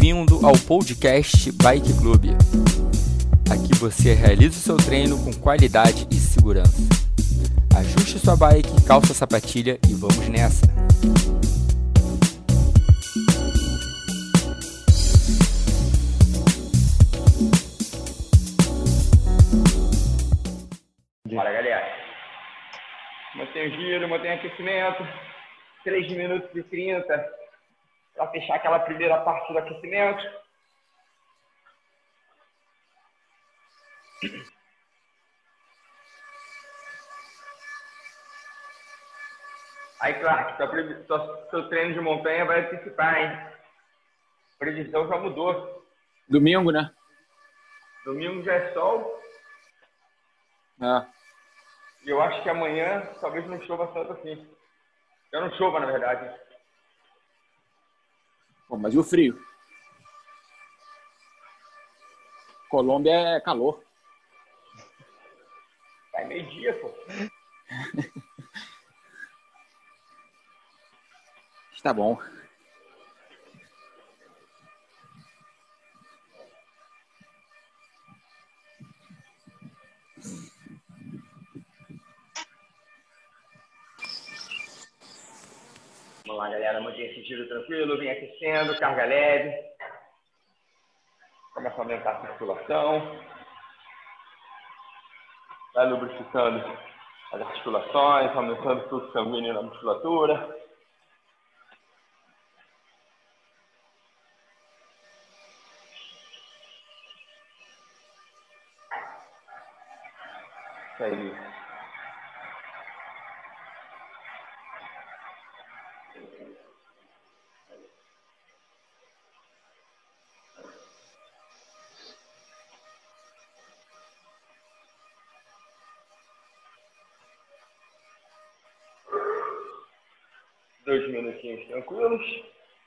Bem-vindo ao podcast Bike Club. Aqui você realiza o seu treino com qualidade e segurança. Ajuste sua bike, calça a sapatilha e vamos nessa! Bora, galera. Mantém o giro, mantém o aquecimento. 3 minutos e 30 para fechar aquela primeira parte do aquecimento. Aí, claro, seu treino de montanha vai antecipar, hein? A previsão já mudou. Domingo, né? Domingo já é sol. E eu acho que amanhã talvez não chova tanto assim. Eu não chova, na verdade. Pô, mas e o frio? Colômbia é calor. Vai meio-dia, pô. Tá bom. Vamos lá, galera. Mantém esse giro tranquilo, vem aquecendo, carga leve. Começa a aumentar a circulação. Vai lubrificando as articulações, aumentando o fluxo sanguíneo na musculatura. Isso aí. Dois minutinhos tranquilos.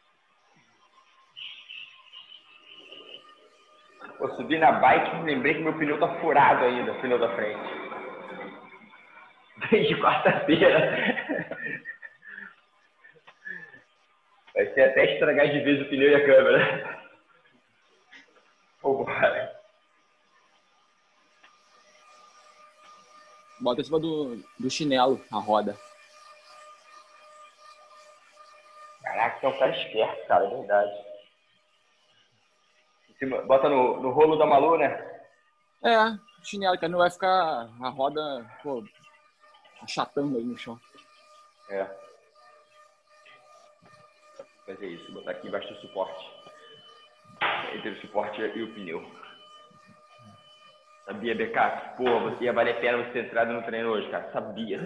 Vou subir na bike e lembrei que meu pneu tá furado ainda, o pneu da frente. Desde quarta-feira. Vai ser até estragar de vez o pneu e a câmera. Vambora. Bota em cima do chinelo a roda. Caraca, você é um cara esperto, cara, é verdade. Bota no rolo da Malu, né? É, chinelo, que não vai ficar a roda, pô, achatando aí no chão. É. Vou fazer isso, botar aqui embaixo do suporte. Entre o suporte e o pneu. Sabia, BK? Porra, ia valer a pena você ter entrado no treino hoje, cara. Sabia.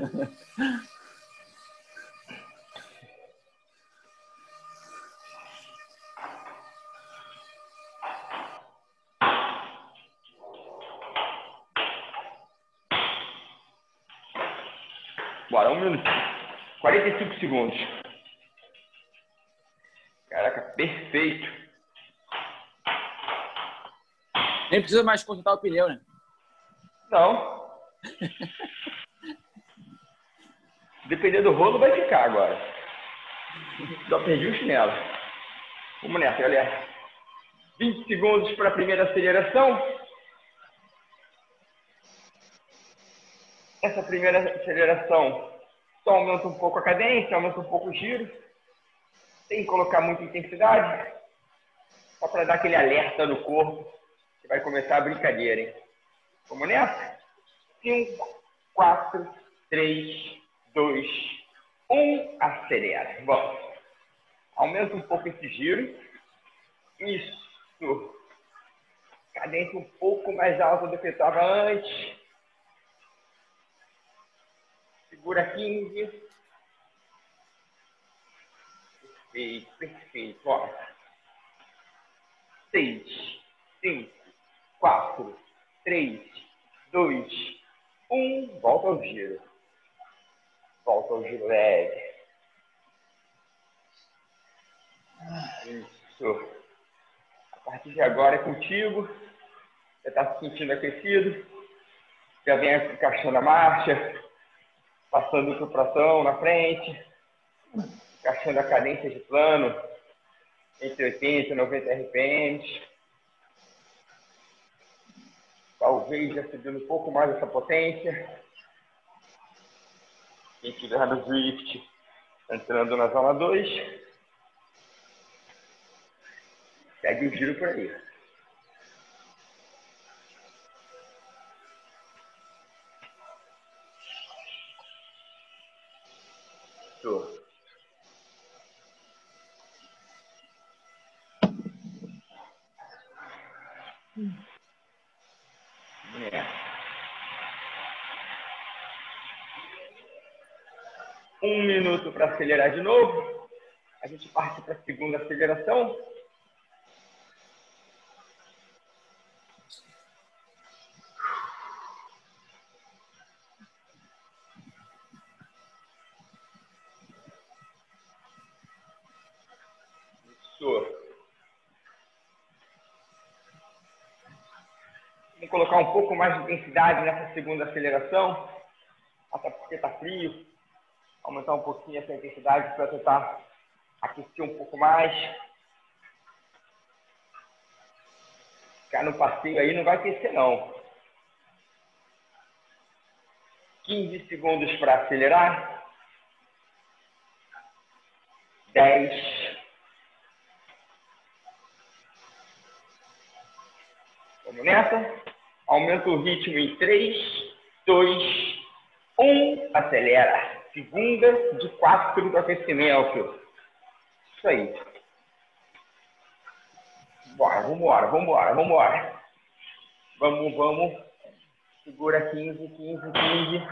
Bora, 1 minuto. 45 segundos. Caraca, perfeito. Nem precisa mais consertar o pneu, né? Não. Dependendo do rolo, vai ficar agora. Só perdi o chinelo. Vamos nessa, galera. 20 segundos para a primeira aceleração. Essa primeira aceleração só aumenta um pouco a cadência, aumenta um pouco o giro. Sem colocar muita intensidade. Só para dar aquele alerta no corpo que vai começar a brincadeira, hein? Vamos nessa? 5, 4, 3, 2, 1. Acelera. Vamos. Aumenta um pouco esse giro. Isso. Cadência um pouco mais alta do que eu estava antes. Segura 15. Perfeito, perfeito. Ó. 6, 5, 4, 3, 2, 1. Volta ao giro. Volta ao giro leve. Isso. A partir de agora é contigo. Você está se sentindo aquecido. Já vem encaixando a marcha. Passando o tração na frente. Encaixando a cadência de plano. entre 80 e 90 RPMs. Talvez já subindo um pouco mais essa potência. Quem estiver no drift, entrando na zona 2, segue o giro por aí. Show. Um minuto para acelerar de novo. A gente parte para a segunda aceleração. Isso. Vamos colocar um pouco mais de intensidade nessa segunda aceleração, até porque está frio. Aumentar um pouquinho essa intensidade para tentar aquecer um pouco mais. Ficar no passeio aí não vai aquecer não. 15 segundos para acelerar. 10. Vamos nessa. Aumenta o ritmo em 3, 2, 1. Acelera. Segunda de 4 do aquecimento. Isso aí. Bora, vambora, vambora, vambora. Vamos, vamos. Segura 15, 15, 15.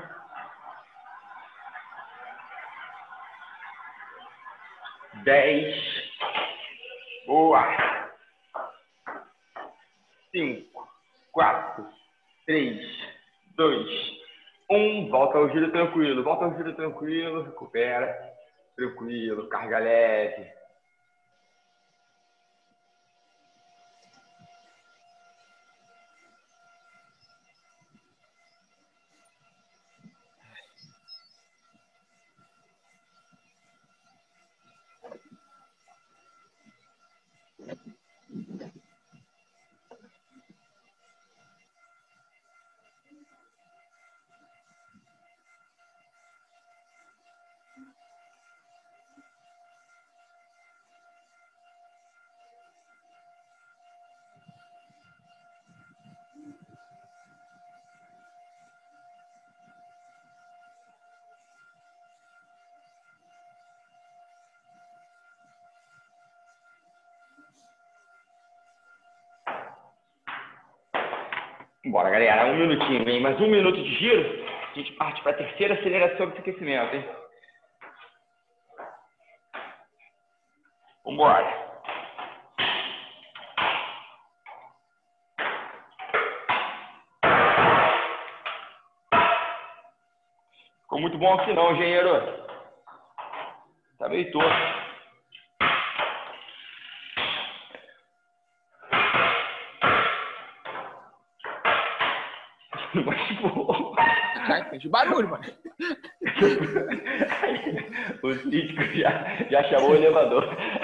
10. Boa. 5, 4, 3, 2, 1. Volta ao giro tranquilo. Volta ao giro tranquilo. Recupera. Tranquilo. Carga leve. Bora, galera. Um minutinho, hein? Mais um minuto de giro. A gente parte para a terceira aceleração do aquecimento, hein? Vambora. Ficou muito bom assim não, engenheiro. Tá meio torto. Mas, pô... Tem de barulho, mano. O síndico já chamou o elevador.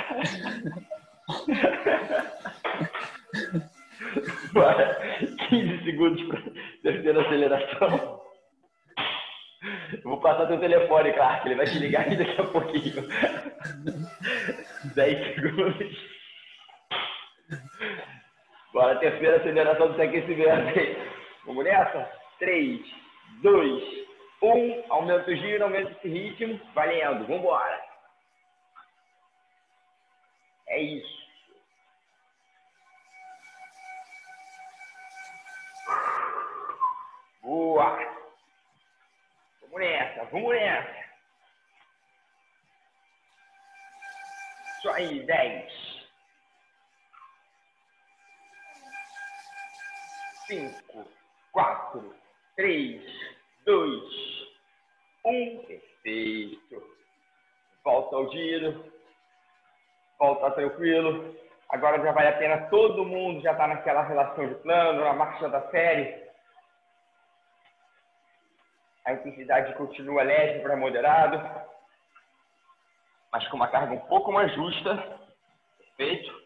Bora. 15 segundos para terceira aceleração. Eu vou passar teu telefone, Clark. Ele vai te ligar aí daqui a pouquinho. 10 segundos. Bora, terceira aceleração do aquecimento, hein? Vamos nessa? 3, 2, 1. Aumenta o giro, aumenta esse ritmo. Valendo, vambora. É isso. Boa. Vamos nessa, vamos nessa. Isso aí, 10. 5, 4, 3, 2, 1. Perfeito. Volta ao giro. Volta tranquilo. Agora já vale a pena todo mundo já está naquela relação de plano, na marcha da série. A intensidade continua leve para moderado, mas com uma carga um pouco mais justa. Feito.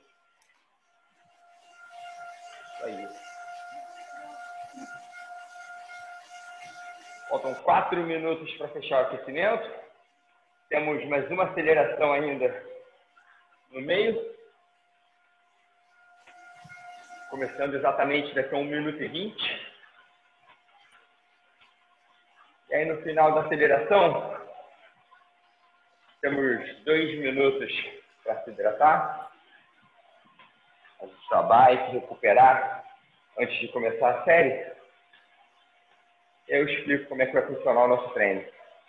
Aí. Faltam 4 minutos para fechar o aquecimento. Temos mais uma aceleração ainda no meio. Começando exatamente daqui a 1 minuto e 20. E aí no final da aceleração, temos 2 minutos para se hidratar. Ajustar a bike, recuperar antes de começar a série. Eu explico como é que vai funcionar o nosso treino.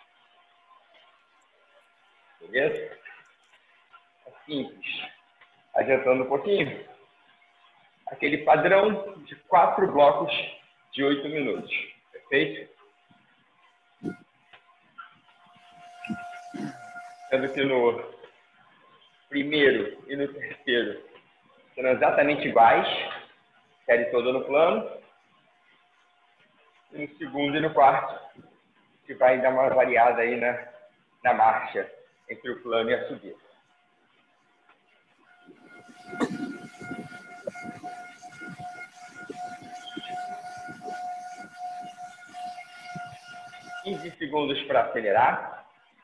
Beleza? É simples. Adiantando um pouquinho. Aquele padrão de 4 blocos de 8 minutos. Perfeito? Sendo que no primeiro e no terceiro serão exatamente iguais. Série toda no plano. E no segundo e no quarto, que vai dar uma variada aí na marcha entre o plano e a subida. $15 segundos para acelerar.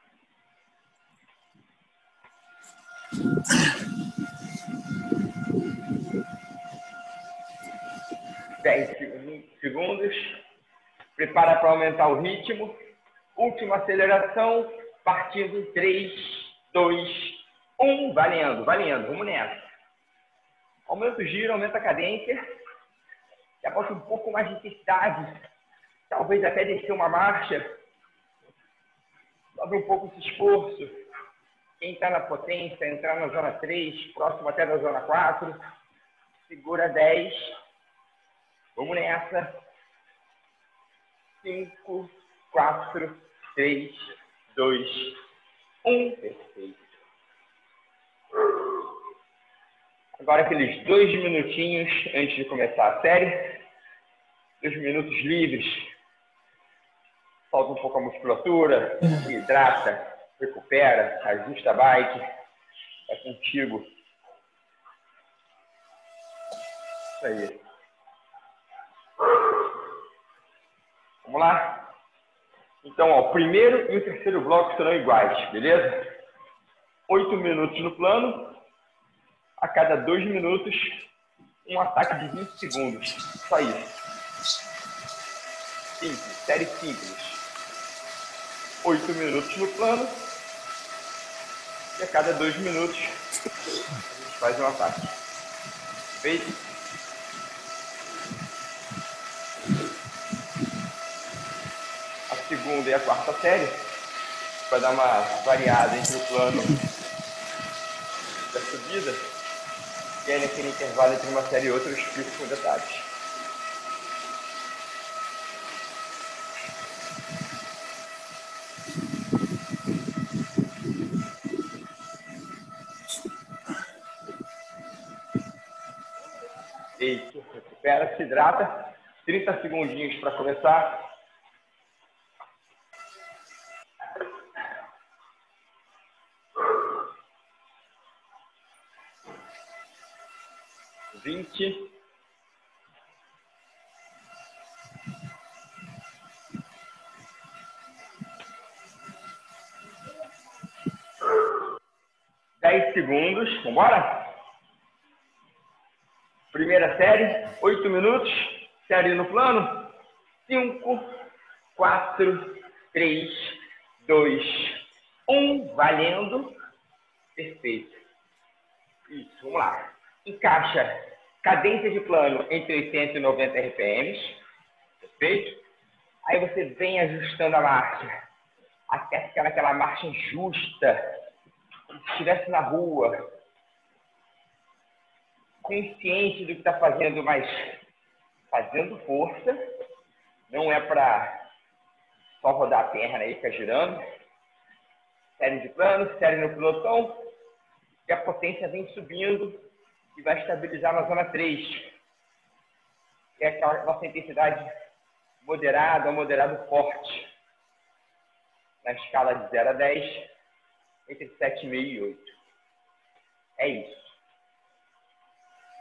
$10 segundos. Prepara para aumentar o ritmo. Última aceleração, partindo em 3, 2, 1. Valendo, valendo. Vamos nessa. Aumenta o giro, aumenta a cadência. Já bota um pouco mais de intensidade. Talvez até descer uma marcha. Sobe um pouco esse esforço. Quem está na potência, entrar na zona 3, próximo até da zona 4. Segura 10. Vamos nessa. 5, 4, 3, 2, 1. Perfeito. Agora aqueles 2 minutinhos antes de começar a série. 2 minutos livres. Solta um pouco a musculatura, hidrata, recupera, ajusta a bike. É contigo. Isso aí. Vamos lá? Então, ó, o primeiro e o terceiro bloco serão iguais, beleza? 8 minutos no plano. A cada 2 minutos, um ataque de 20 segundos. Só isso. Simples, série simples. 8 minutos no plano. E a cada 2 minutos, a gente faz um ataque. Feito? A segunda e a quarta série, para dar uma variada entre o plano da subida, e aí naquele intervalo entre uma série e outra eu explico com detalhes. Isso, recupera, se hidrata, 30 segundinhos para começar. 20. 10 segundos, vamos embora? Primeira série, 8 minutos, série no plano. 5, 4, 3, 2, 1, valendo. Perfeito. Isso, vamos lá. Encaixa cadência de plano entre 80 e 90 RPMs. Perfeito? Aí você vem ajustando a marcha. Até ficar naquela marcha justa. Como se estivesse na rua. Consciente do que está fazendo, mas fazendo força. Não é para só rodar a perna e ficar girando. Série de plano, série no pelotão. E a potência vem subindo e vai estabilizar na zona 3. Que é aquela nossa intensidade moderada ou moderado forte. Na escala de 0 a 10, entre 7,5 e 8. É isso.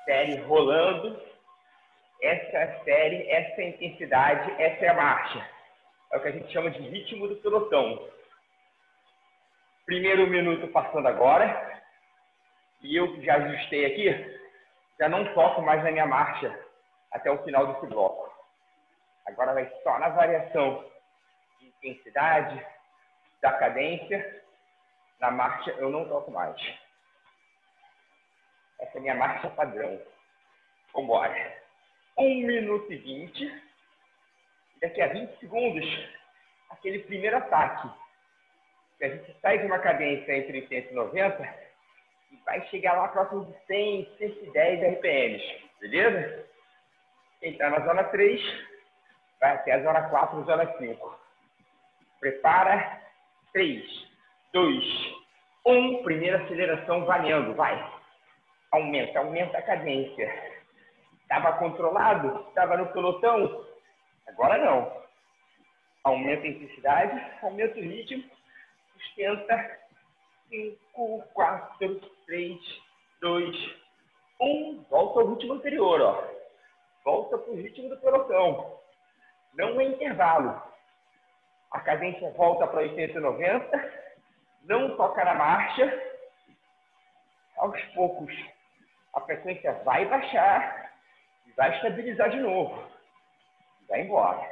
Série rolando. Essa é a série, essa é a intensidade, essa é a marcha. É o que a gente chama de ritmo do pelotão. Primeiro minuto passando agora. E eu já ajustei aqui. Já não toco mais na minha marcha até o final desse bloco. Agora vai só na variação de intensidade, da cadência. Na marcha eu não toco mais. Essa é a minha marcha padrão. Vamos embora. 1 minuto e 20. E daqui a 20 segundos, aquele primeiro ataque. Que a gente sai de uma cadência entre 80 e 90 e vai chegar lá próximo de 100, 110 RPMs. Beleza? Quem está na zona 3 vai até a zona 4, zona 5. Prepara. 3, 2, 1. Primeira aceleração valendo. Vai. Aumenta a cadência. Estava controlado? Estava no pelotão? Agora não. Aumenta a intensidade, aumenta o ritmo. Sustenta. 5, 4, 3, 2, 1. Volta ao ritmo anterior, ó. Volta para o ritmo do pelotão. Não é intervalo. A cadência volta para 80 e 90. Não toca na marcha. Aos poucos, a frequência vai baixar e vai estabilizar de novo. Vai embora.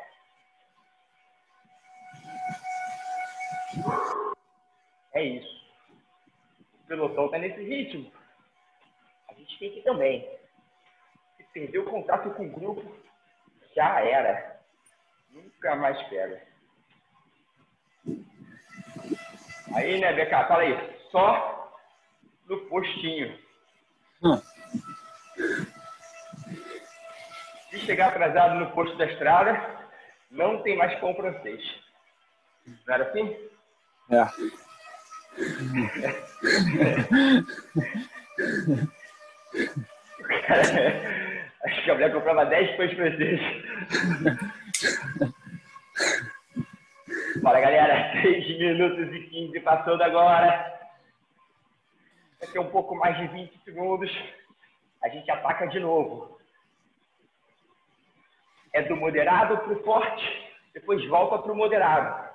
É isso. O pelotão está nesse ritmo. A gente tem que ir também. Se perder o contato com o grupo, já era. Nunca mais pega. Aí, né, BK? Fala aí. Só no postinho. Se chegar atrasado no posto da estrada, não tem mais pão francês. Não era assim? É. Acho que a mulher comprava 10 pães franceses. Bora, galera. 3 minutos e 15 passando agora. Daqui a um pouco mais de 20 segundos, a gente ataca de novo. É do moderado para o forte, depois volta para o moderado.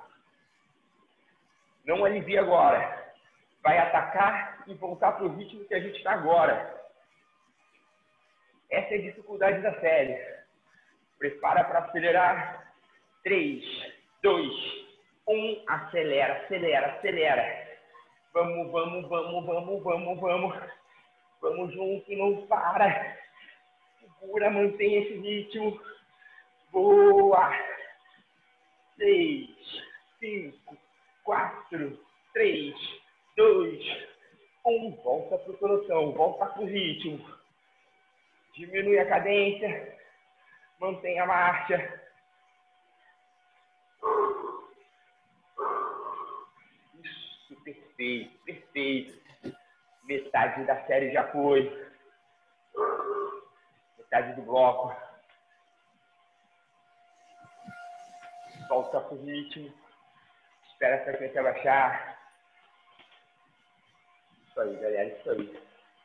Não alivia agora. Vai atacar e voltar para o ritmo que a gente está agora. Essa é a dificuldade da série. Prepara para acelerar. 3, 2, 1. Acelera, acelera, acelera. Vamos, vamos, vamos, vamos, vamos, vamos. Vamos junto, não para. Segura, mantém esse ritmo. Boa. 6, 5, 4, 3, 2, 1. Volta para o pelotão, volta para o ritmo. Diminui a cadência. Mantém a marcha. Isso, perfeito, perfeito. Metade da série já foi. Metade do bloco. Volta pro ritmo. Espera a frequência baixar. Isso aí, galera, isso aí.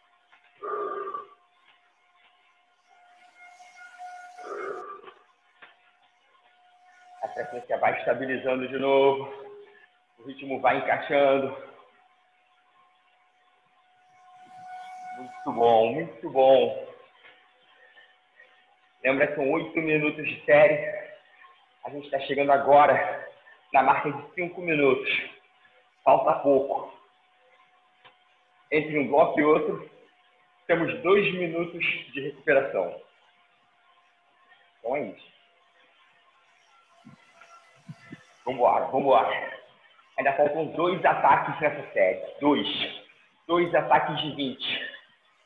A frequência vai estabilizando de novo. O ritmo vai encaixando. Muito bom, muito bom. Lembra que são 8 minutos de série. A gente está chegando agora na marca de 5 minutos. Falta pouco. Entre um bloco e outro, temos 2 minutos de recuperação. Então é isso. Vambora, vambora. Ainda faltam 2 ataques nessa série. 2 ataques de 20.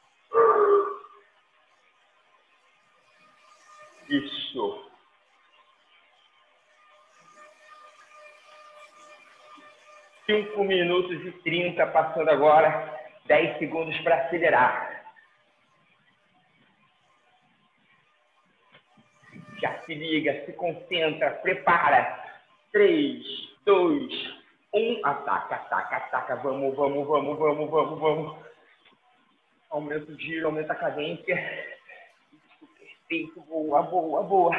Isso. Cinco minutos e 30 passando agora. 10 segundos para acelerar. Já se liga, se concentra, prepara. 3, 2, 1. Ataca, ataca, ataca. Vamos, vamos, vamos, vamos, vamos, vamos. Aumenta o giro, aumenta a cadência. Isso, perfeito. Boa, boa, boa.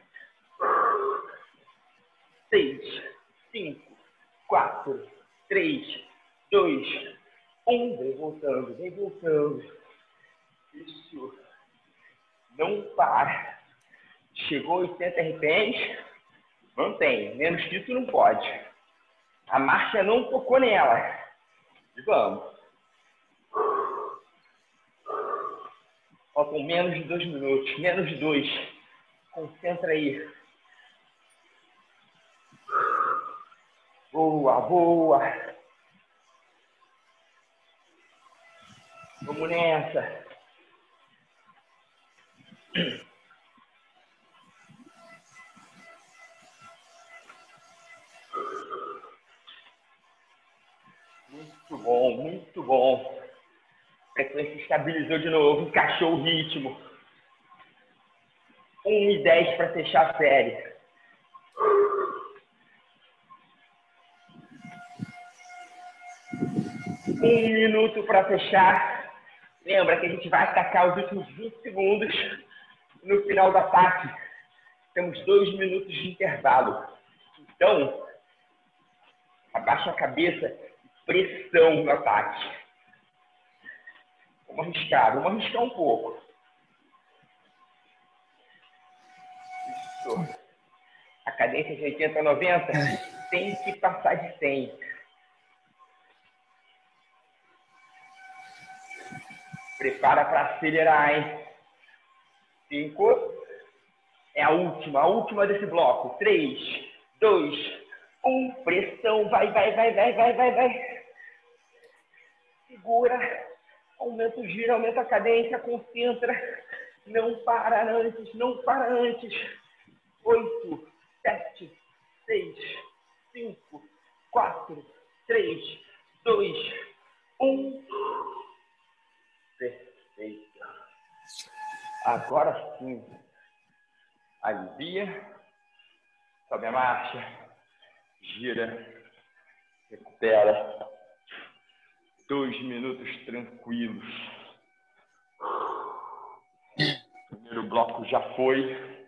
6, 5, 4, 3, 2, 1. Vem voltando, vem voltando. Isso. Não para. Chegou 80 RPMs. Mantém. Menos que isso não pode. A marcha não tocou nela. E vamos. Faltam menos de 2 minutos. Menos de 2. Concentra aí. Boa, boa. Vamos nessa. Muito bom, muito bom. A frequência estabilizou de novo, encaixou o ritmo. 1:10 para fechar a série. Um minuto para fechar. Lembra que a gente vai atacar os últimos 20 segundos no final do ataque. Temos 2 minutos de intervalo. Então, abaixa a cabeça, pressão no ataque. Vamos arriscar um pouco. Isso. A cadência de 80 a 90 tem que passar de 100. Prepara para acelerar, hein? 5. É a última desse bloco. 3, 2, 1. Pressão. Vai. Segura. Aumenta o giro, aumenta a cadência, concentra. Não para antes. 8, 7, 6, 5, 4, 3, 2, 1. Perfeito. Agora sim. Alivia. Sobe a marcha. Gira. Recupera. 2 minutos tranquilos. O primeiro bloco já foi.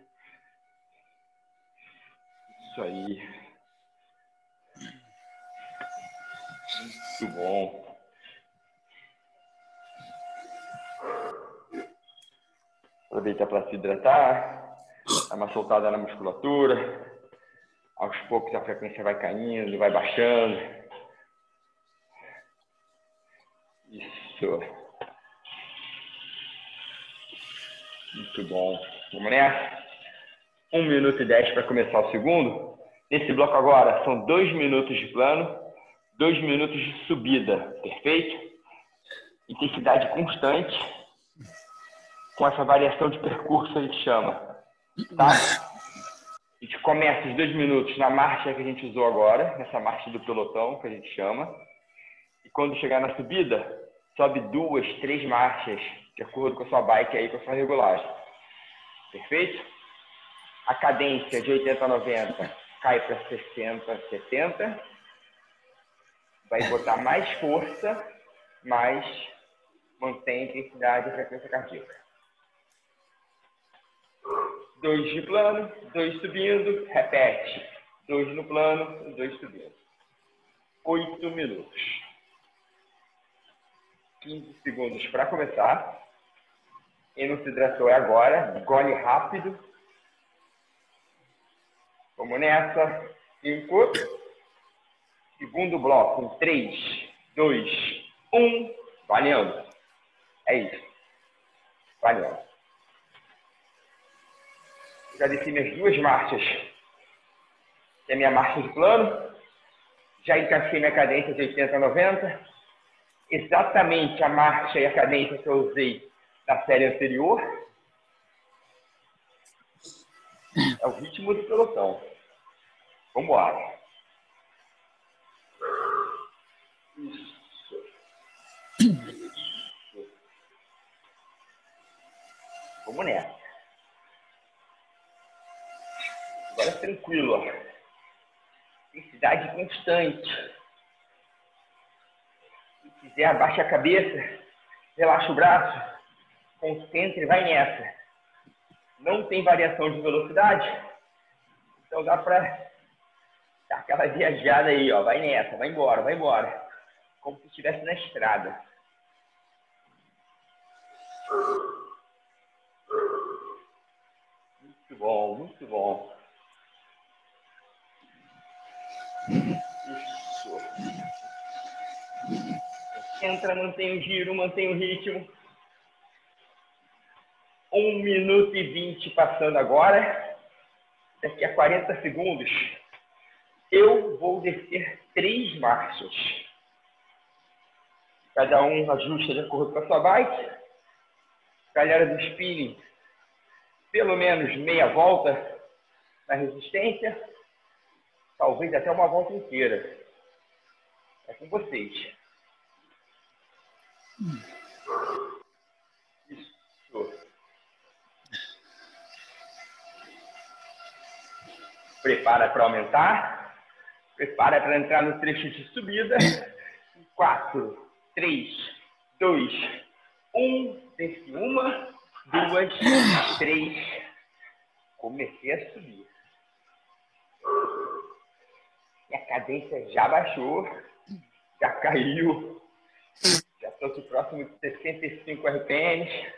Isso aí. Muito bom. Aproveita para se hidratar. Dá uma soltada na musculatura. Aos poucos a frequência vai caindo, vai baixando. Isso. Muito bom. Vamos nessa? 1 minuto e 10 para começar o segundo. Nesse bloco agora são 2 minutos de plano, 2 minutos de subida. Perfeito? Intensidade constante. Com essa variação de percurso a gente chama. Tá? A gente começa os 2 minutos na marcha que a gente usou agora, nessa marcha do pelotão que a gente chama. E quando chegar na subida, sobe 2, 3 marchas, de acordo com a sua bike aí, com a sua regulagem. Perfeito? A cadência de 80 a 90 cai para 60, 70. Vai botar mais força, mas mantém a intensidade e a frequência cardíaca. 2 de plano, 2 subindo, repete. 2 no plano, 2 subindo. 8 minutos. 15 segundos para começar. Quem não se hidratou é agora. Gole rápido. Vamos nessa. 5. Segundo bloco. Em 3, 2, 1. Valendo. É isso. Valendo. Já desci minhas 2 marchas. Que é a minha marcha de plano. Já encaixei minha cadência de 80 a 90. Exatamente a marcha e a cadência que eu usei na série anterior. É o ritmo do pelotão. Vamos embora. Isso. Vamos nessa. Agora tranquilo, ó. Intensidade constante. Se quiser, abaixa a cabeça. Relaxa o braço, concentre e vai nessa. Não tem variação de velocidade, então dá para dar aquela viajada aí, ó. Vai nessa, vai embora, vai embora. Como se estivesse na estrada. Muito bom, muito bom. Isso. Entra, mantém o giro, mantém o ritmo. 1 minuto e 20 passando agora. Daqui a 40 segundos, eu vou descer 3 marchas. Cada um ajusta de acordo com a sua bike. Galera do spinning, pelo menos meia volta na resistência. Talvez até uma volta inteira. É com vocês. Isso. Prepara para aumentar. Prepara para entrar no trecho de subida. 4, 3, 2, 1. Desce 1, 2, 3. Comecei a subir. E a cadência já baixou. Já caiu. Já estou próximo de 65 RPMs.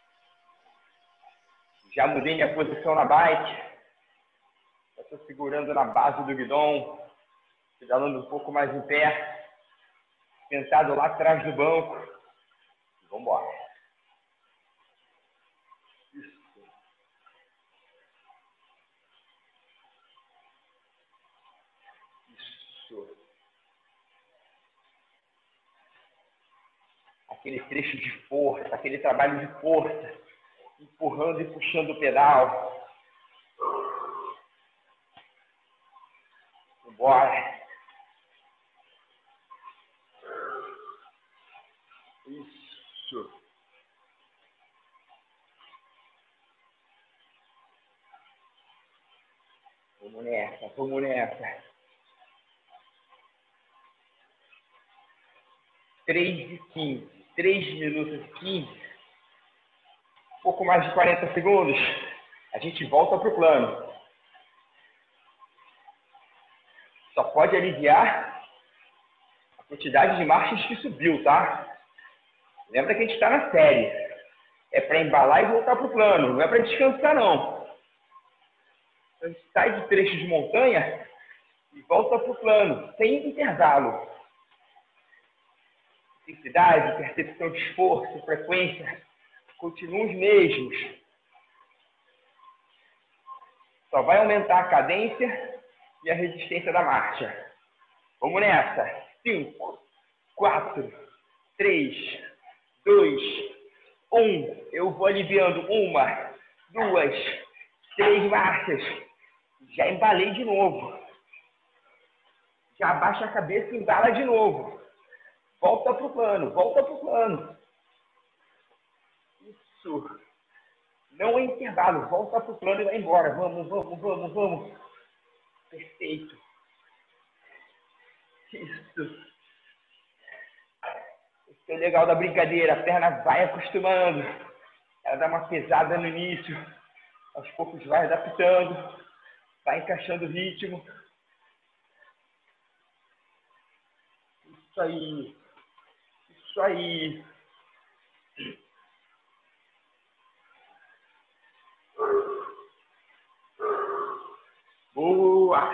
Já mudei minha posição na bike. Já estou segurando na base do guidão. Pedalando um pouco mais em pé. Sentado lá atrás do banco. Vamos embora. Isso. Isso. Aquele trecho de força, aquele trabalho de força, empurrando e puxando o pedal. Bora. Isso. Vamos nessa, vamos nessa. 3 e 15. 3 minutos e 15. Um pouco mais de 40 segundos. A gente volta para o plano. Só pode aliviar a quantidade de marchas que subiu, tá? Lembra que a gente está na série. É para embalar e voltar para o plano. Não é para descansar, não. A gente sai de trecho de montanha e volta para o plano, sem intervalo. Intensidade, percepção de esforço, frequência, continuam os mesmos. Só vai aumentar a cadência e a resistência da marcha. Vamos nessa. 5, 4, 3, 2, 1. Eu vou aliviando 1, 2, 3 marchas. Já embalei de novo. Já abaixa a cabeça e embala de novo. Volta pro plano, volta pro plano. Isso. Não é intervalo, volta pro plano e vai embora. Vamos, vamos, vamos, vamos. Perfeito. Isso. Isso é o legal da brincadeira. A perna vai acostumando. Ela dá uma pesada no início. Aos poucos vai adaptando. Vai encaixando o ritmo. Isso aí. Isso aí. Boa!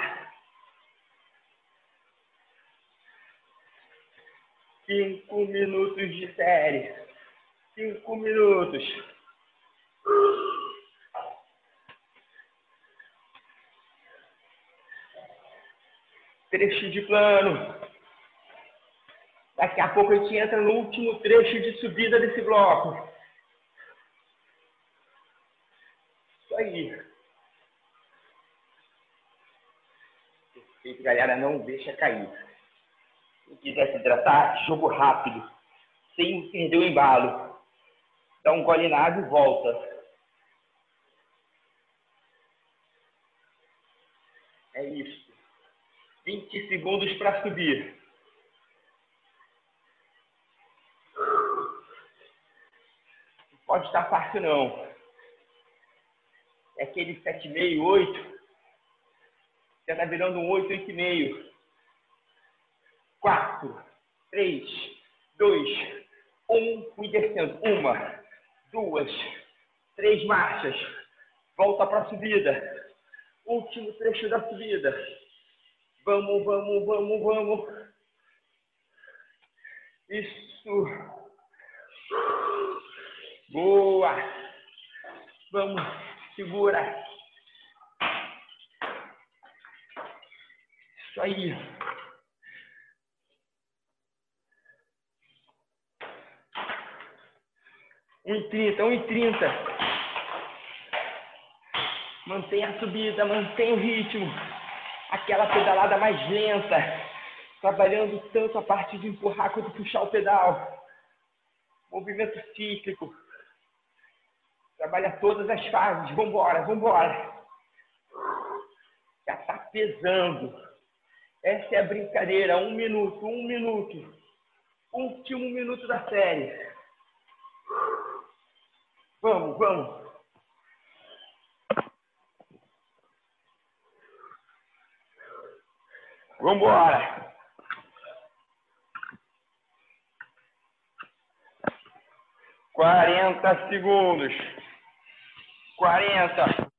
5 minutos de série. 5 minutos. Trecho de plano. Daqui a pouco a gente entra no último trecho de subida desse bloco. Isso aí. Perfeito, galera. Não deixa cair. Quem quiser se hidratar, jogo rápido. Sem perder o embalo. Dá um gole na água e volta. É isso. 20 segundos para subir. pode estar fácil não. É aquele 7,5, 8. Já está virando um 8, 8,5. 4, 3, 2, 1. Fui descendo. 1, 2, 3 marchas. Volta para a subida. Último trecho da subida. Vamos, vamos, vamos, vamos. Isso. Boa. Vamos. Segura. Isso aí. Um 1,30. Mantenha a subida, mantenha o ritmo. Aquela pedalada mais lenta. Trabalhando tanto a parte de empurrar quanto puxar o pedal. Movimento cíclico. Trabalha todas as fases. Vambora, vambora. Já está pesando. Essa é a brincadeira. 1 minuto, 1 minuto. Último minuto da série. Vamos, vamos. Vambora. 40 segundos. 40.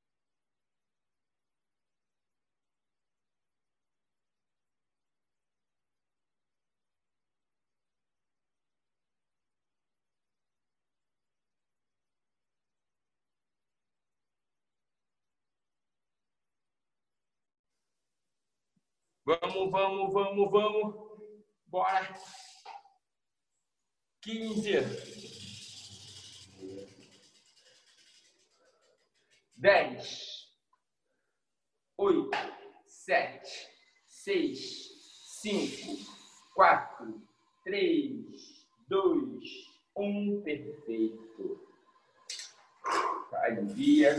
Vamos, vamos, vamos, vamos. Bora. 15. 10. 8. 7. 6. 5. 4. 3. 2. 1. Perfeito. Alivia.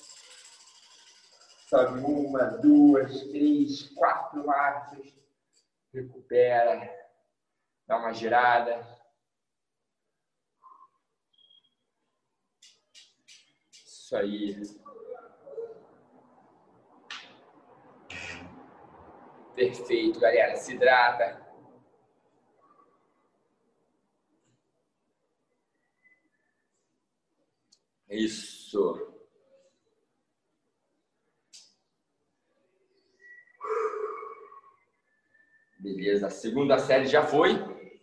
Sobe 1, 2, 3, 4 marchas. Recupera. Dá uma girada. Isso aí. Perfeito, galera. Se hidrata. Isso. Beleza, a segunda série já foi.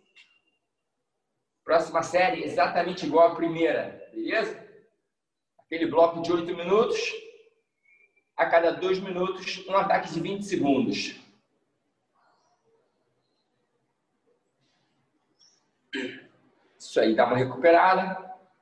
Próxima série exatamente igual à primeira, beleza? Aquele bloco de 8 minutos. A cada 2 minutos, um ataque de 20 segundos. Isso aí, dá uma recuperada.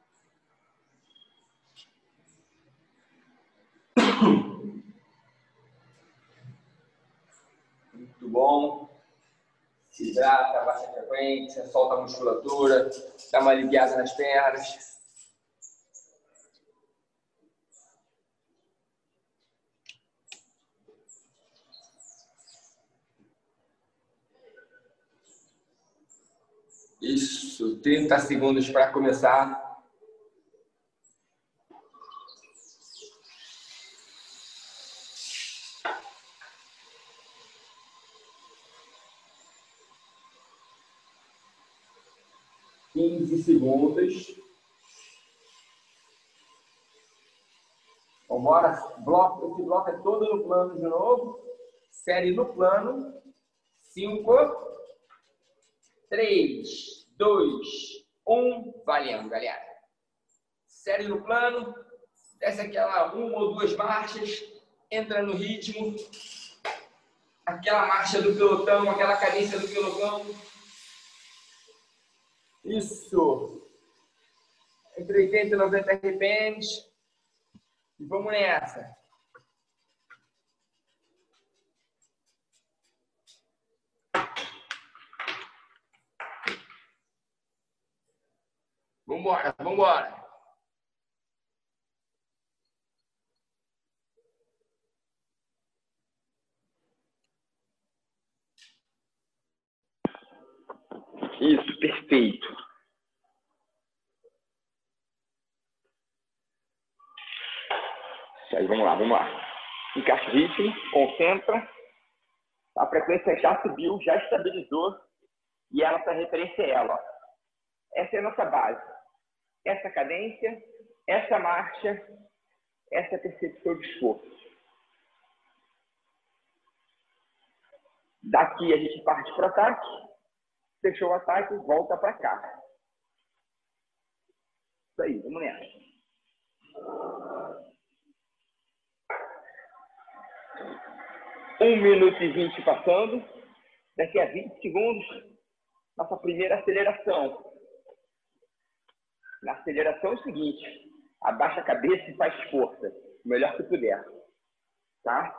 Muito bom. Se hidrata, baixa a frequência, solta a musculatura, dá uma aliviada nas pernas. Isso, 30 segundos para começar. Segundos. Vambora. Esse bloco é todo no plano de novo. Série no plano. 5, 3, 2, 1. Valendo, galera. Série no plano. Desce aquela 1 ou 2 marchas. Entra no ritmo. Aquela marcha do pelotão, aquela cadência do pelotão. Isso. Entre 80 e 90 RPMs. E vamos nessa. Vambora, vambora. Isso, perfeito. Isso aí, vamos lá, vamos lá. Encaixa o ritmo, concentra. A frequência já subiu, já estabilizou. E ela, para referência, é ela. Ó. Essa é a nossa base. Essa cadência, essa marcha, essa percepção de esforço. Daqui a gente parte para o ataque. Fechou o ataque, volta para cá. Isso aí, vamos nessa. Um minuto e 20 passando. Daqui a 20 segundos, nossa primeira aceleração. Na aceleração é o seguinte, abaixa a cabeça e faz força, o melhor que puder. Tá?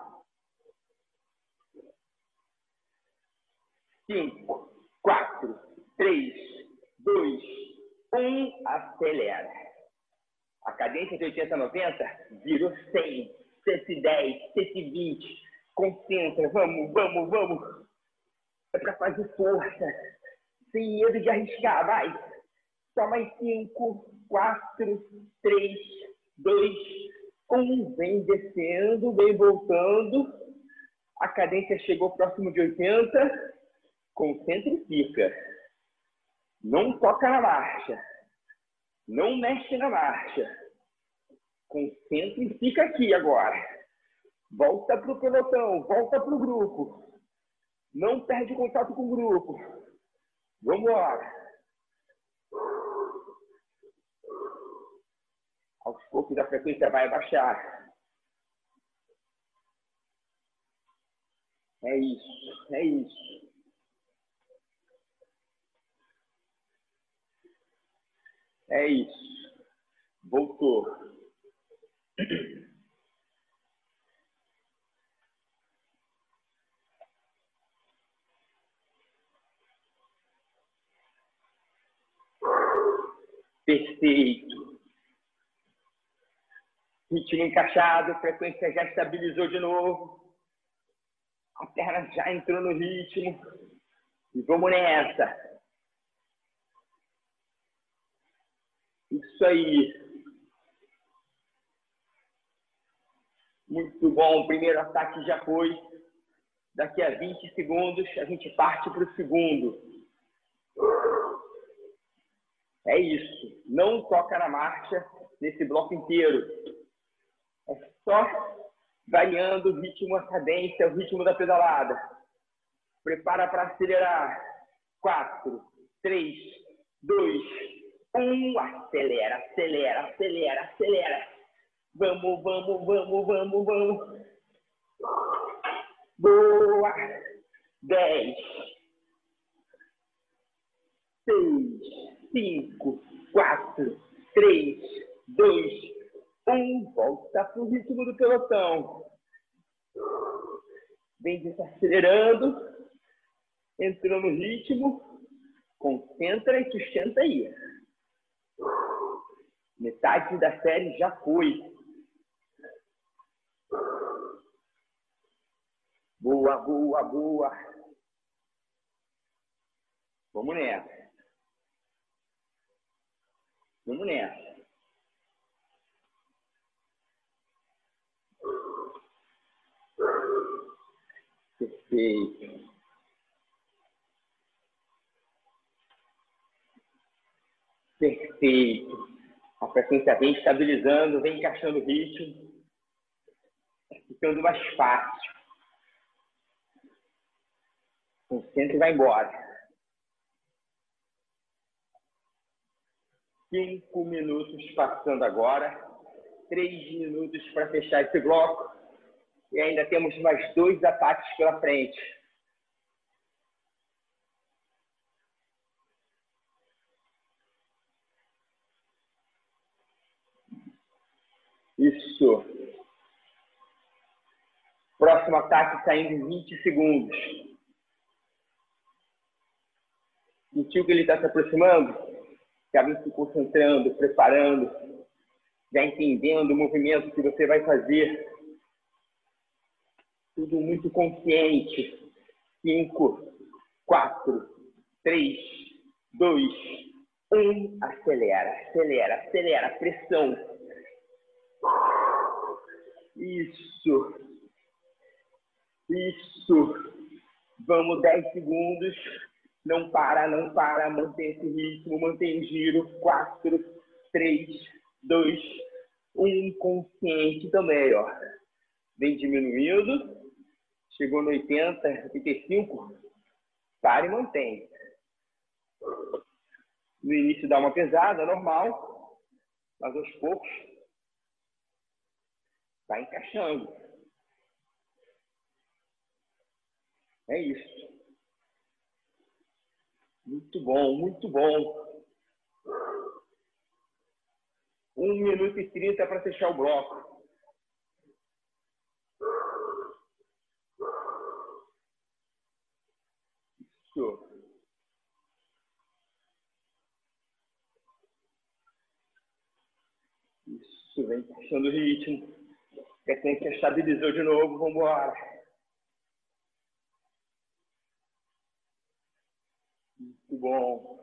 5, 4, 3, 2, 1, acelera. A cadência de 80 a 90 virou 100, 110, 120. Concentra, vamos, vamos, vamos. É para fazer força, sem medo de arriscar, vai. Só mais 5, 4, 3, 2, 1. Vem descendo, vem voltando. A cadência chegou próximo de 80. Concentra e fica. Não toca na marcha. Não mexe na marcha. Concentra e fica aqui agora. Volta para o pelotão, volta para o grupo. Não perde contato com o grupo. Vamos embora. Aos poucos a frequência vai abaixar. É isso, é isso. É isso. Voltou. Perfeito. Ritmo encaixado, frequência já estabilizou de novo. A perna já entrou no ritmo. E vamos nessa. Isso aí. Muito bom. O primeiro ataque já foi. Daqui a 20 segundos, a gente parte para o segundo. É isso. Não toca na marcha nesse bloco inteiro. É só variando o ritmo, a cadência, o ritmo da pedalada. Prepara para acelerar. 4, 3, 2, 1. Acelera, acelera, acelera, acelera. Vamos, vamos, vamos, vamos, vamos. Boa. 10, 6, 5, 4, 3, 2, 1. Volta para o ritmo do pelotão. Vem desacelerando. Entrou no ritmo. Concentra e sustenta aí. Metade da série já foi. Boa, boa, boa. Vamos nessa. Vamos nessa. Perfeito. Perfeito. A frequência vem estabilizando, vem encaixando o ritmo. Ficando mais fácil. Concentra e vai embora. 5 minutos passando agora. 3 minutos para fechar esse bloco. E ainda temos mais 2 ataques pela frente. Isso. Próximo ataque saindo em 20 segundos. Sentiu que ele está se aproximando? Já vem se concentrando, preparando, já entendendo o movimento que você vai fazer. Tudo muito consciente. 5, 4, 3, 2, 1. Acelera, acelera, acelera. Pressão. Isso. Isso. Vamos, 10 segundos. Não para, não para. Mantém esse ritmo, mantém o giro. 4, 3, 2, 1. Consciente também, ó. Vem diminuindo. Chegou no 80, 85. Para e mantém. No início dá uma pesada, normal. Mas aos poucos vai encaixando. É isso. Muito bom, muito bom. 1 minuto e 30 para fechar o bloco. Isso. Isso, vem puxando o ritmo. Tem que estabilizou de novo, vamos embora. Muito bom.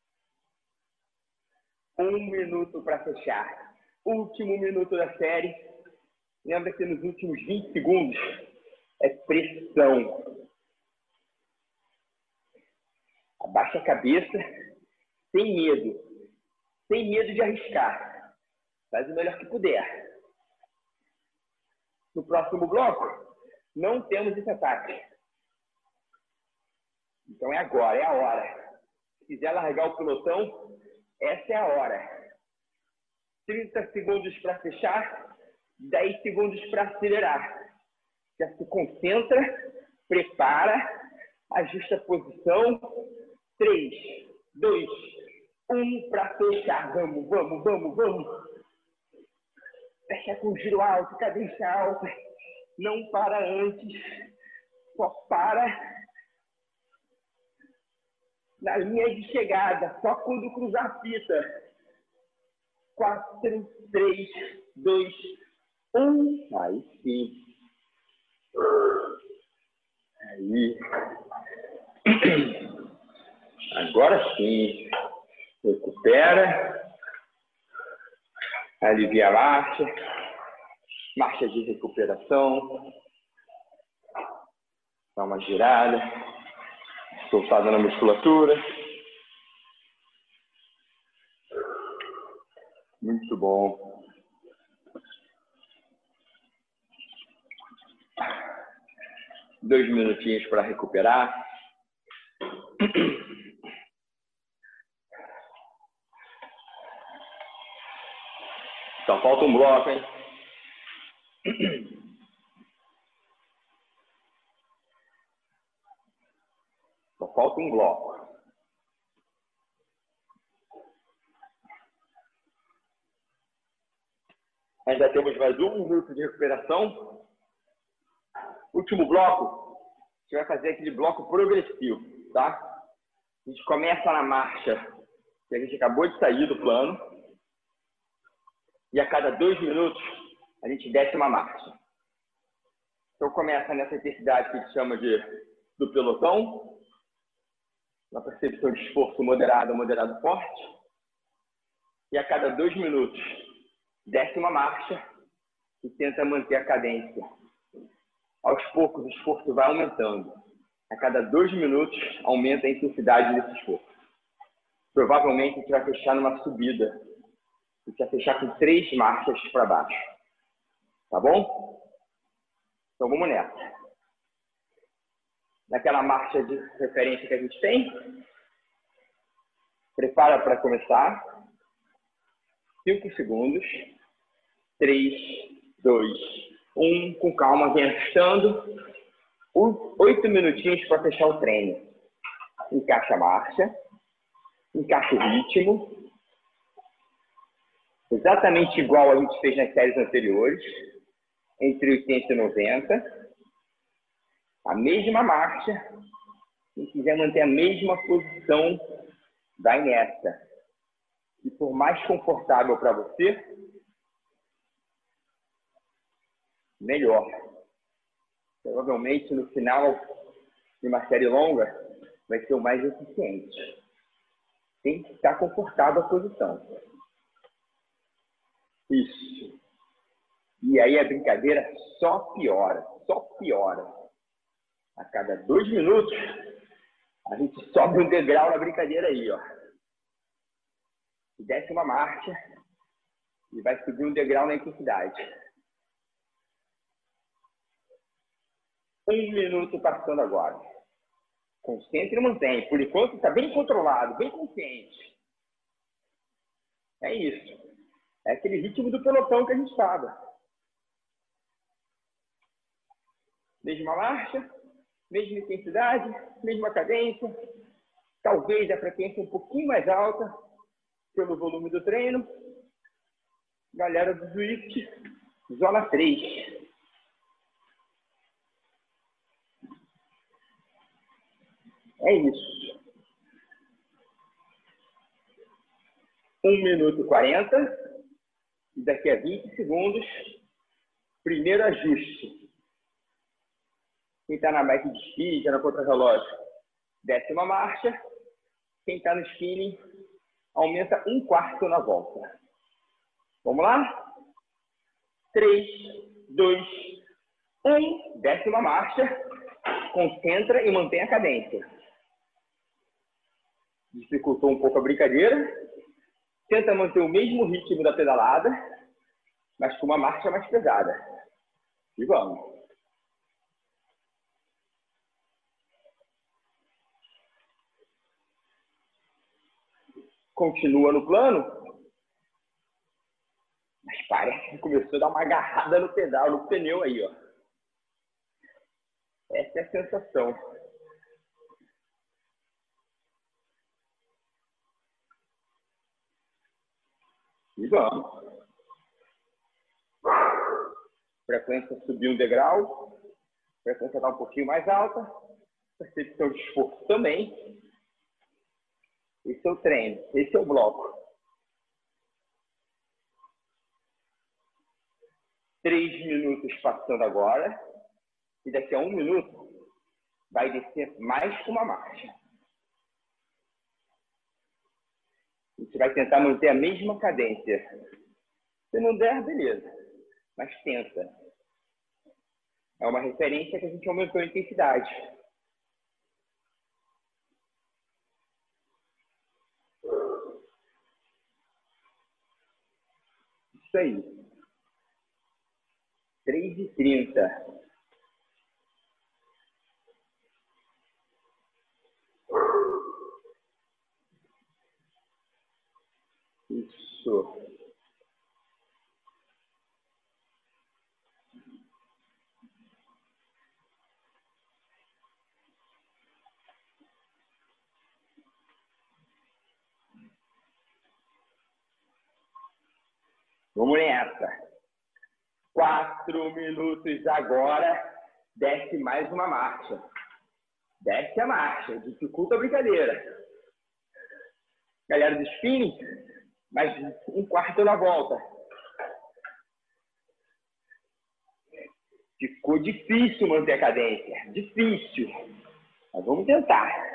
1 minuto para fechar. Último minuto da série. Lembra que nos últimos 20 segundos é pressão. Abaixa a cabeça, sem medo. Sem medo de arriscar. Faz o melhor que puder. No próximo bloco, não temos esse ataque. Então é agora, é a hora. Se quiser largar o pelotão, essa é a hora. 30 segundos para fechar, 10 segundos para acelerar. Já se concentra, prepara, ajusta a posição. 3, 2, 1 para fechar. Vamos, vamos, vamos, vamos. Fecha com giro alto, cadência alta. Não para antes. Só para na linha de chegada. Só quando cruzar a fita. 4, 3, 2, 1. Aí sim. Aí. Agora sim. Recupera. Alivia a marcha. Marcha de recuperação. Dá uma girada. Soltada na musculatura. Muito bom. Dois minutinhos para recuperar. Só falta um bloco, hein? Só falta um bloco. Ainda temos mais 1 minuto de recuperação. Último bloco, a gente vai fazer aquele bloco progressivo, tá? A gente começa na marcha que a gente acabou de sair do plano. E a cada 2 minutos, a gente desce uma marcha. Então, começa nessa intensidade que a gente chama do pelotão. Na percepção de esforço moderado, moderado forte. E a cada 2 minutos, desce uma marcha e tenta manter a cadência. Aos poucos, o esforço vai aumentando. A cada 2 minutos, aumenta a intensidade desse esforço. Provavelmente, a gente vai fechar numa subida. A gente vai fechar com 3 marchas para baixo. Tá bom? Então, vamos nessa. Naquela marcha de referência que a gente tem. Prepara para começar. 5 segundos. 3, 2, 1. Com calma, vem ajustando. 8 minutinhos para fechar o treino. Encaixa a marcha. Encaixa o ritmo. Exatamente igual a gente fez nas séries anteriores. Entre 80 e 90. A mesma marcha. Se quiser manter a mesma posição, vai nessa. E por mais confortável para você, melhor. Provavelmente no final de uma série longa, vai ser o mais eficiente. Tem que estar confortável a posição. Isso. E aí a brincadeira só piora, só piora. A cada 2 minutos, a gente sobe um degrau na brincadeira aí, ó. Desce uma marcha e vai subir um degrau na intensidade. 1 minuto passando agora. Concentre e mantém. Por enquanto está bem controlado, bem consciente. É isso. É aquele ritmo do pelotão que a gente estava. Mesma marcha, mesma intensidade, mesma cadência. Talvez a frequência um pouquinho mais alta pelo volume do treino. Galera do Zwift, zona 3. É isso. 1 minuto e 40. E daqui a 20 segundos, primeiro ajuste. Quem está na bike de speed, na contrarrelógio, desce uma marcha. Quem está no spinning, aumenta 1/4 na volta. Vamos lá? 3, 2, 1. Desce uma marcha. Concentra e mantém a cadência. Dificultou um pouco a brincadeira. Tenta manter o mesmo ritmo da pedalada, mas com uma marcha mais pesada. E vamos. Continua no plano, mas parece que começou a dar uma agarrada no pedal, no pneu aí, ó. Essa é a sensação. E vamos. Frequência subiu um degrau, frequência está um pouquinho mais alta, percepção de esforço também. Esse é o treino, esse é o bloco. 3 minutos passando agora. E daqui a 1 minuto vai descer mais uma marcha. Você vai tentar manter a mesma cadência. Se não der, beleza. Mas tenta. É uma referência que a gente aumentou a intensidade. Isso aí. 3h30. Isso. Vamos nessa. 4 minutos agora. Desce mais uma marcha. Desce a marcha. Dificulta a brincadeira. Galera do spinning, mais 1/4 na volta. Ficou difícil manter a cadência. Difícil. Mas vamos tentar.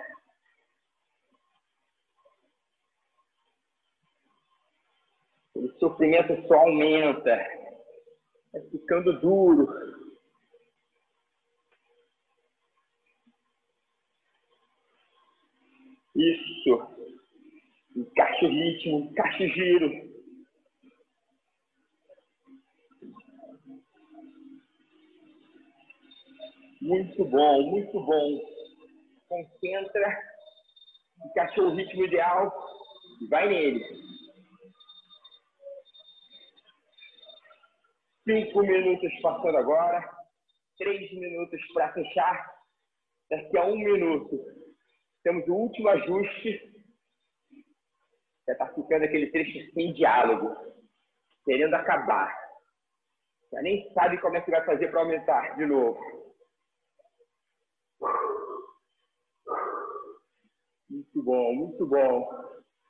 O sofrimento só aumenta. Vai ficando duro. Isso. Encaixa o ritmo, encaixa o giro. Muito bom, muito bom. Concentra, encaixou o ritmo ideal e vai nele. 5 minutos passando agora. 3 minutos para fechar. Daqui a 1 minuto, temos o último ajuste. Já está ficando aquele trecho sem diálogo, querendo acabar. Já nem sabe como é que vai fazer para aumentar de novo. Muito bom, muito bom.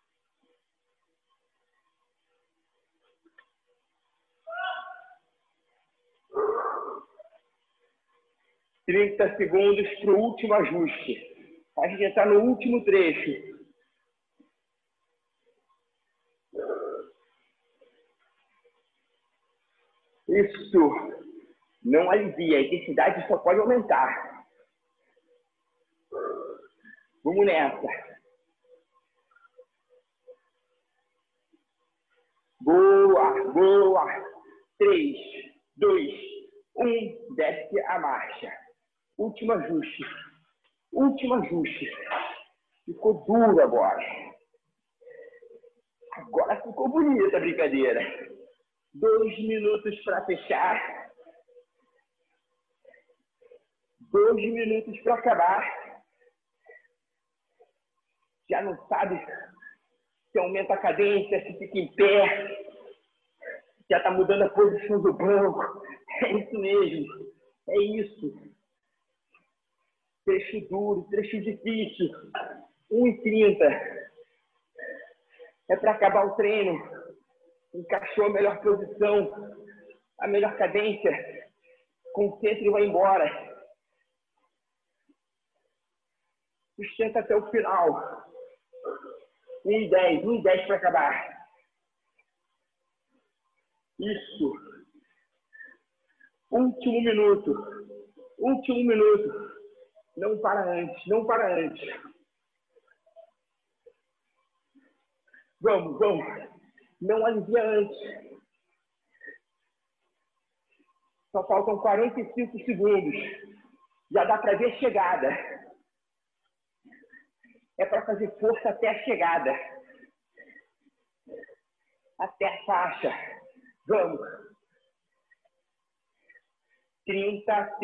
Trinta segundos para o último ajuste. A gente já está no último trecho. Isso. Não alivia. A intensidade só pode aumentar. Vamos nessa. Boa, boa. 3, 2, 1. Desce a marcha. Último ajuste. Último ajuste. Ficou duro agora. Agora ficou bonita a brincadeira. 2 minutos para fechar. 2 minutos para acabar. Já não sabe se aumenta a cadência, se fica em pé. Já está mudando a posição do banco. É isso mesmo. É isso. Trecho duro, trecho difícil. 1:30. É para acabar o treino. Encaixou a melhor posição, a melhor cadência. Concentra e vai embora. Sustenta até o final. 1:10 para acabar. Isso. Último minuto. Último minuto. Não para antes, não para antes. Vamos, vamos. Não alivia antes. Só faltam 45 segundos. Já dá para ver a chegada. É para fazer força até a chegada. Até a faixa. Vamos. 30.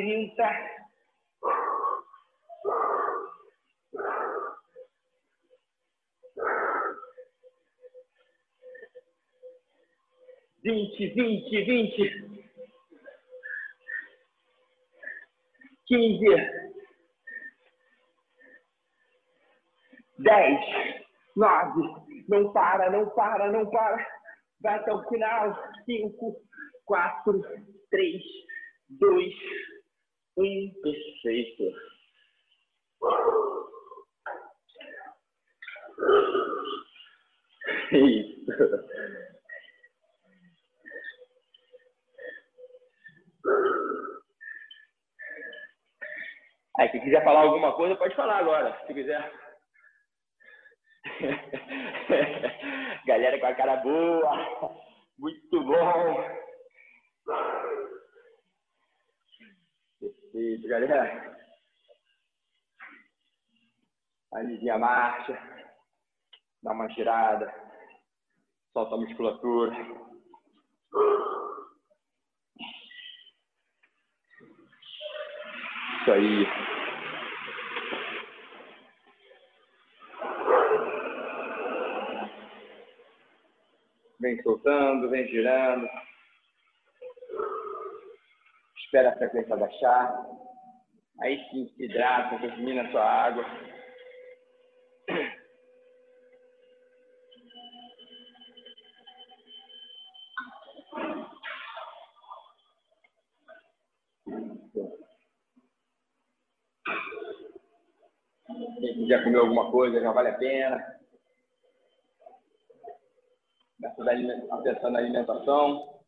20. 15. 10. 9. Não para. Vai até o final. 5, 4, 3, 2, 1. Perfeito. Isso. Aí, se quiser falar alguma coisa, pode falar agora, se quiser. Galera com a cara boa. Muito bom. Perfeito, galera. Alivia a marcha. Dá uma girada. Solta a musculatura. Isso aí. Vem soltando, vem girando. Espera a frequência baixar. Aí sim, se hidrata, termina a sua água. Quem quiser comer alguma coisa, já vale a pena. Atenção na alimentação.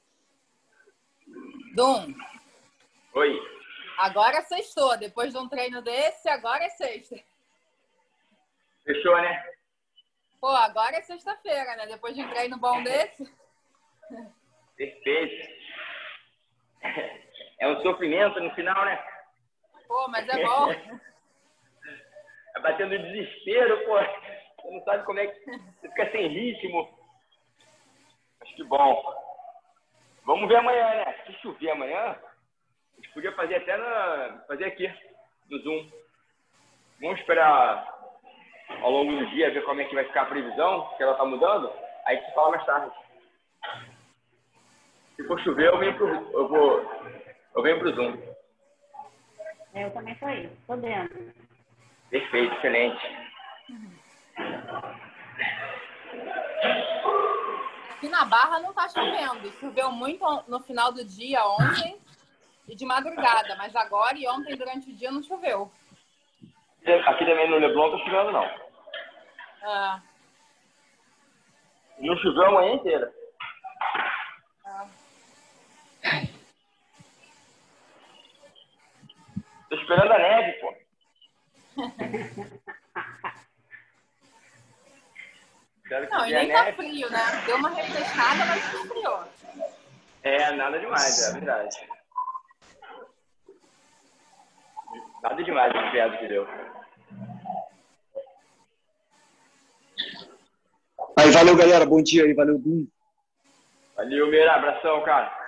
Dum, Oi. agora sextou. Depois de um treino desse, agora é sexta. Fechou, né? Pô, agora é sexta-feira, né? Depois de um treino bom desse. Perfeito. É um sofrimento no final, né? Pô, mas é bom. É batendo desespero, pô. Você não sabe como é que... Você fica sem ritmo. Mas que bom. Vamos ver amanhã, né? Se chover amanhã, a gente podia fazer até fazer aqui, no Zoom. Vamos esperar ao longo do dia ver como é que vai ficar a previsão, que ela tá mudando. Aí a gente fala mais tarde. Se for chover, eu venho pro Zoom. Eu também tô aí, tô dentro. Perfeito, excelente. Aqui na Barra não tá chovendo. Choveu muito no final do dia ontem e de madrugada, mas agora e ontem durante o dia não choveu. Aqui também no Leblon não tá chovendo, não. Ah. Não choveu a manhã inteira. esperando a neve, pô. Não, e nem tá frio, né? Deu uma refrescada, mas esfriou. Nada demais, é verdade. Nada demais o criado que deu. Aí, valeu, galera. Bom dia aí. Valeu, Dum. Valeu, Meira. Abração, cara.